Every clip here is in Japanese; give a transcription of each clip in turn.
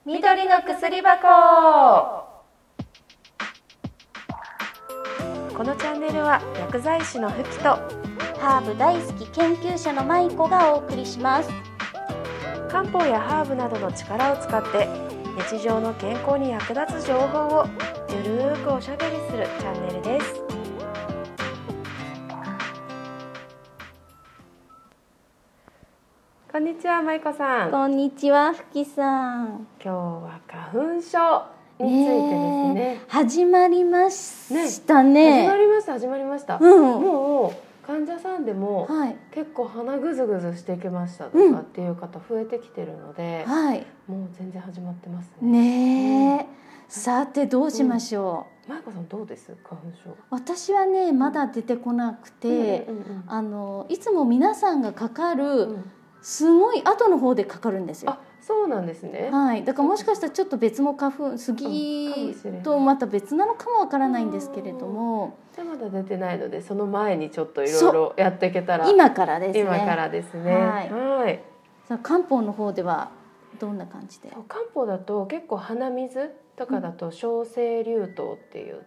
緑の薬箱。このチャンネルは薬剤師のふきとハーブ大好き研究者のまいこがお送りします。 漢方やハーブなどの力を使って日常の健康に役立つ情報をゆるーくおしゃべりするチャンネルです。こんにちは、まいこさん。 こんにちは、ふきさん。 今日は花粉症についてですね。 始まりましたね。 始まりました。 うん、 もう患者さんでも、 はい、 結構鼻ぐずぐずしてきましたとかっていう方増えてきてるので、 はい、 もう全然始まってますね。 ねえ、さてどうしましょう。まいこさんどうです花粉症？ 私はねまだ出てこなくて、いつも皆さんがかかる、すごい後の方でかかるんですよ。 あ、そうなんですね。 はい、だからもしかしたらちょっと別の花粉、杉とまた別なのかもわからないんですけれども、 じゃあまだ出てないのでその前にちょっといろいろやっていけたら。 今からですね。 今からですね。はい。 さあ漢方の方ではどんな感じで？ 漢方だと結構鼻水とかだと小生竜湯って言って、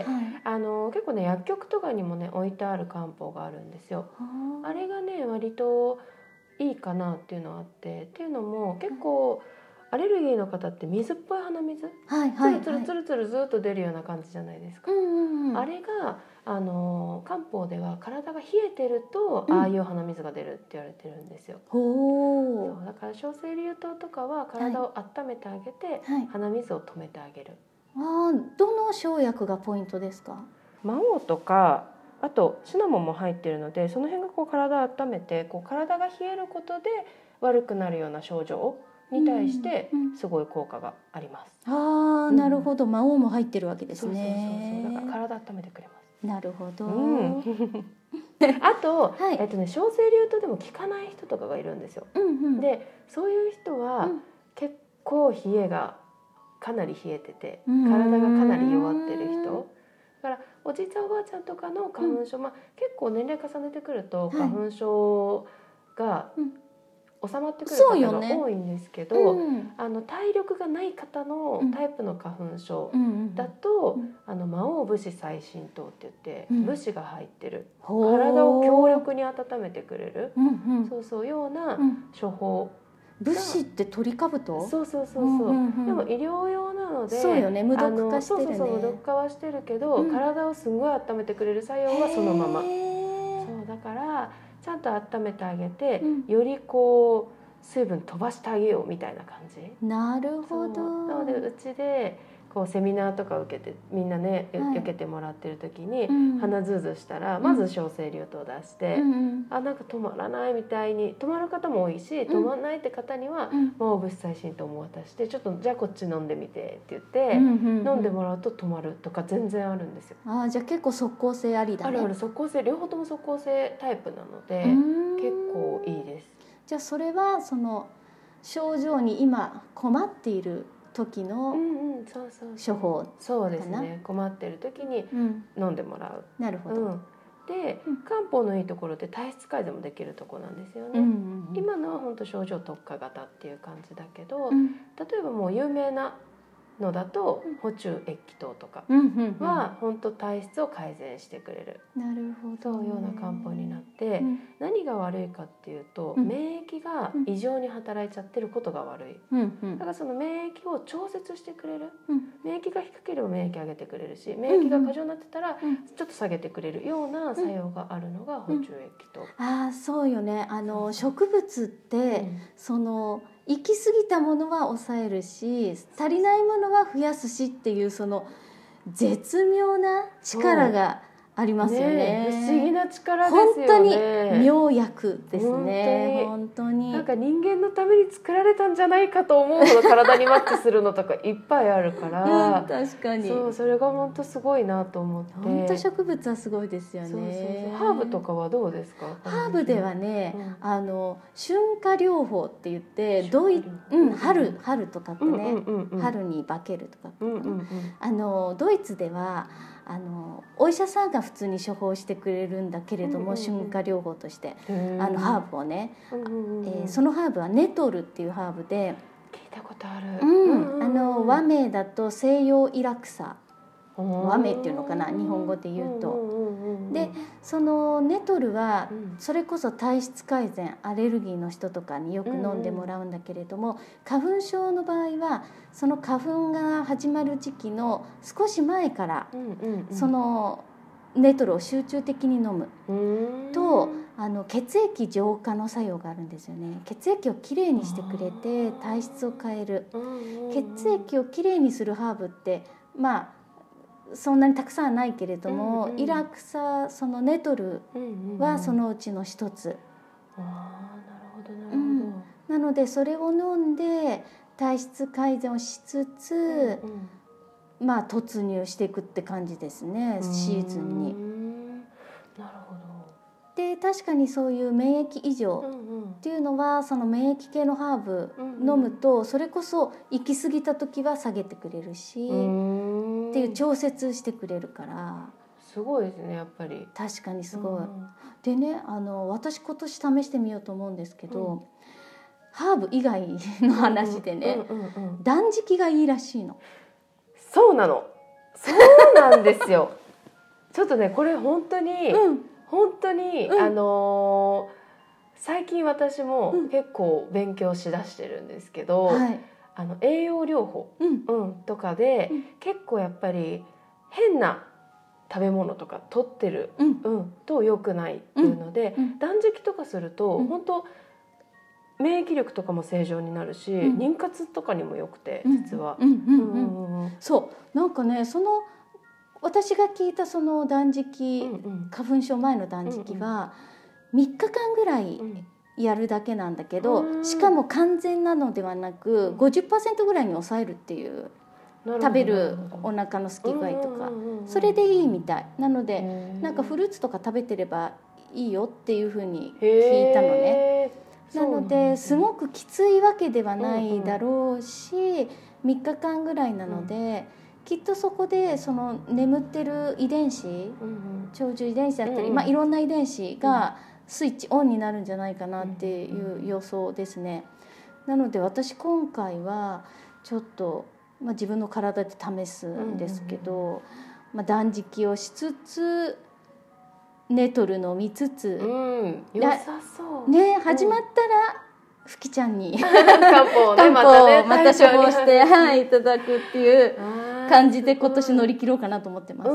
結構ね薬局とかにもね置いてある漢方があるんですよ。あれがね割といいかなっていうのがあって、っていうのも結構アレルギーの方って水っぽい鼻水、ツルツルツルずっと出るような感じじゃないですか。あれが漢方では体が冷えてると、ああいう鼻水が出るって言われてるんですよ。そうだから小生竜湯とかは体を温めてあげて、鼻水を止めてあげる。 どの生薬がポイントですか？ 魔王とかあとシナモンも入ってるので、その辺がこう体を温めてこう体が冷えることで悪くなるような症状に対してすごい効果があります。 なるほど、魔王も入ってるわけですね。 そうだから体温めてくれます。 なるほど。 あと、小生竜湯でも効かない人とかがいるんですよ。でそういう人は結構冷えがかなり冷えてて体がかなり弱ってる人だから、おじいちゃんおばあちゃんとかの花粉症、結構年齢重ねてくると花粉症が収まってくる方が多いんですけど、体力がない方のタイプの花粉症だと、魔王武士最新湯って言って武士が入ってる、体を強力に温めてくれる、そうような処方。 武士って鳥かぶと？ そう。でも医療用なので、 そうよね、無毒化してるね。 無毒化はしてるけど、体をすごい温めてくれる作用はそのまま。そうだからちゃんと温めてあげて、よりこう水分飛ばしてあげようみたいな感じ。 なるほど。 なのでうちでこうセミナーとか受けてみんなね、受けてもらってる時に、鼻ズーズしたらまず小生竜湯を出して、なんか止まらないみたいに止まる方も多いし、止まらないって方には魔王武士最新湯も渡して、ちょっとじゃあこっち飲んでみてって言って、飲んでもらうと止まるとか全然あるんですよ。 じゃあ結構即効性ありだね。 ある即効性、両方とも即効性タイプなので結構いいです。 じゃあそれはその症状に今困っている時の処方。 そうですね、困ってる時に飲んでもらう。 なるほど。 で漢方のいいところって体質改善もできるところなんですよね。今のは本当症状特化型っていう感じだけど、例えばもう有名なのだと補中液気湯とかは本当体質を改善してくれる、 なるほど、 そういうような漢方になって、何が悪いかっていうと、免疫が異常に働いちゃってることが悪い。だからその免疫を調節してくれる、免疫が低ければ免疫上げてくれるし、免疫が過剰になってたらちょっと下げてくれるような作用があるのが補中液気湯。 そうよね。植物ってその行き過ぎたものは抑えるし、足りないものは増やすしっていう、その絶妙な力がありますよね。 不思議な力ですよね。 本当に妙薬ですね。本当になんか人間のために作られたんじゃないかと思うほど体にマッチするのとかいっぱいあるから、 確かにそれが本当すごいなと思って。 本当植物はすごいですよね。 ハーブとかはどうですか？ ハーブではね、春夏療法って言って、春とかってね、春に化けるとかってドイツではお医者さんが普通に処方してくれるんだけれども、春夏療法としてハーブをね、そのハーブはネトルっていうハーブで、 聞いたことある。 和名だと西洋イラクサ、和名っていうのかな、日本語で言うと。でそのネトルはそれこそ体質改善、アレルギーの人とかによく飲んでもらうんだけれども、花粉症の場合はその花粉が始まる時期の少し前からそのネトルを集中的に飲むと血液浄化の作用があるんですよね。血液をきれいにしてくれて体質を変える。血液をきれいにするハーブってまあそんなにたくさんはないけれども、イラクサ、そのネトルはそのうちの一つ。なのでそれを飲んで体質改善をしつつ、まあ突入していくって感じですね、シーズンに。 なるほど。 で確かにそういう免疫異常っていうのは、その免疫系のハーブ飲むとそれこそ行き過ぎた時は下げてくれるしっていう調節してくれるから、 すごいですね、やっぱり。 確かにすごい。でね、私今年試してみようと思うんですけど、ハーブ以外の話でね、断食がいいらしいの。 そうなの。そうなんですよ。ちょっとね、これ本当に、最近私も結構勉強しだしてるんですけど、栄養療法、とかで、結構やっぱり変な食べ物とか取ってる、と良くないっていうので、断食とかすると、本当免疫力とかも正常になるし、妊活とかにも良くて、実は。 そうなんかね、その私が聞いたその断食、花粉症前の断食は3日間ぐらいやるだけなんだけど、しかも完全なのではなく 50% ぐらいに抑えるっていう、食べるお腹のすき具合とか、それでいいみたいなので、なんかフルーツとか食べてればいいよっていうふうに聞いたのね。なのですごくきついわけではないだろうし、3日間ぐらいなので、きっとそこでその眠ってる遺伝子、長寿遺伝子だったり、いろんな遺伝子がスイッチオンになるんじゃないかなっていう予想ですね。なので私今回はちょっと、自分の体で試すんですけど、断食をしつつネトル飲みつつ、 良さそうね、始まったらふきちゃんに漢方をね、また処方していただくっていう感じで今年乗り切ろうかなと思ってます。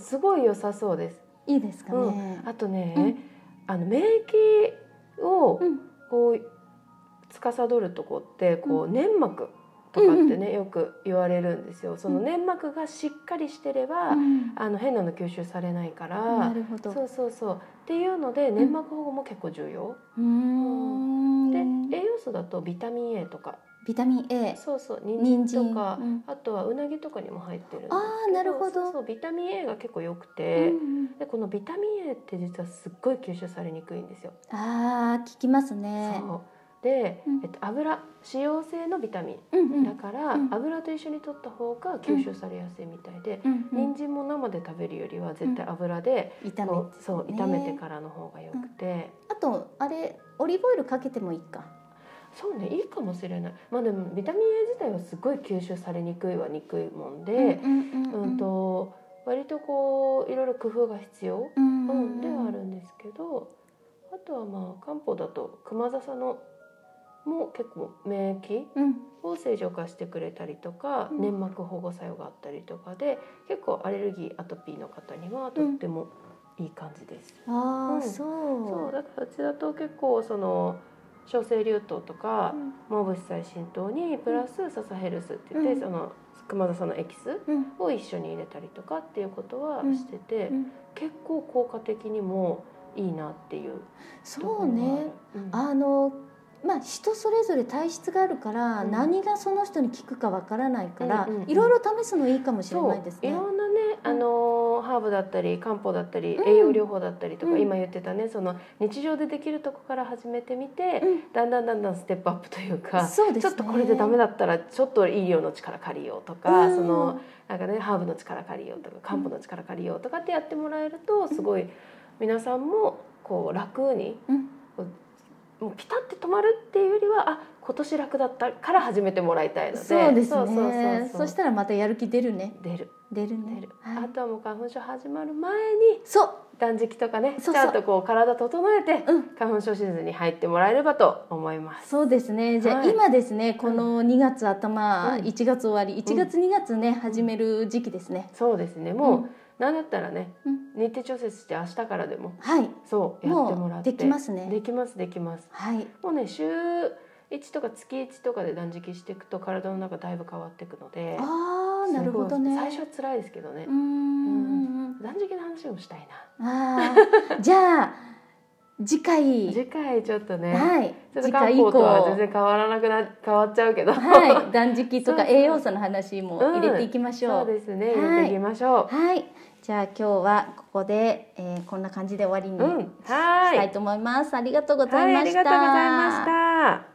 すごい良さそうです。 いいですかね。 あとね、免疫をこう司るとこってこう粘膜とかってね、よく言われるんですよ。その粘膜がしっかりしてれば、変なの吸収されないから。 なるほど。 そうっていうので粘膜保護も結構重要。で栄養素だとビタミン A とか。 ビタミン A。 人参とか、あとはうなぎとかにも入ってるんですけど。 なるほど。 ビタミン A が結構良くて、でこのビタミン A って実はすっごい吸収されにくいんですよ。 聞きますね。 で、油、脂溶性のビタミンだから、油と一緒に摂った方が吸収されやすいみたいで、人参も生で食べるよりは絶対油で炒めてからの方がよくて、 あとあれオリーブオイルかけてもいいか。 そうね、いいかもしれない。でもビタミン A 自体はすごい吸収されにくいはにくいもんで、割とこういろいろ工夫が必要ではあるんですけど、あとは漢方だとクマザサのも結構免疫を正常化してくれたりとか、粘膜保護作用があったりとかで、結構アレルギーアトピーの方にはとってもいい感じです。そうだからうちだと結構その小生竜糖とか毛布最新糖にプラスササヘルスって言って、そのクマザサのエキスを一緒に入れたりとかっていうことはしてて、結構効果的にもいいなっていう。 そうね、人それぞれ体質があるから、何がその人に効くかわからないから、いろいろ試すのいいかもしれないですね。 いろんなね、ハーブだったり漢方だったり栄養療法だったりとか、今言ってたね、その日常でできるとこから始めてみて、だんだんステップアップというか、ちょっとこれでダメだったらちょっと医療の力借りようとか、そのなんかね、ハーブの力借りようとか漢方の力借りようとかってやってもらえると、すごい皆さんもこう楽に、もうピタッて止まるっていうよりは、 今年楽だったから始めてもらいたいので。 そうですね。そしたらまたやる気出るね。 出るね。 あとはもう花粉症始まる前に断食とかね、ちゃんとこう体整えて花粉症シーズンに入ってもらえればと思います。 そうですね。じゃあ今ですね、この2月頭、1月終わり、1月2月ね始める時期ですね。 そうですね。もうなんだったらね、日程調節して明日からでもそうやってもらってできますね。 できます。はい。もうね週1とか月1とかで断食していくと体の中だいぶ変わっていくので。 なるほどね。 最初は辛いですけどね。断食の話もしたいな。じゃあ次回ちょっとね。 はい。 次回以降とは全然変わっちゃうけど。 はい。断食とか栄養素の話も入れていきましょう。 そうですね。入れていきましょう。はい。じゃあ今日はここでこんな感じで終わりにしたいと思います。ありがとうございました。 ありがとうございました。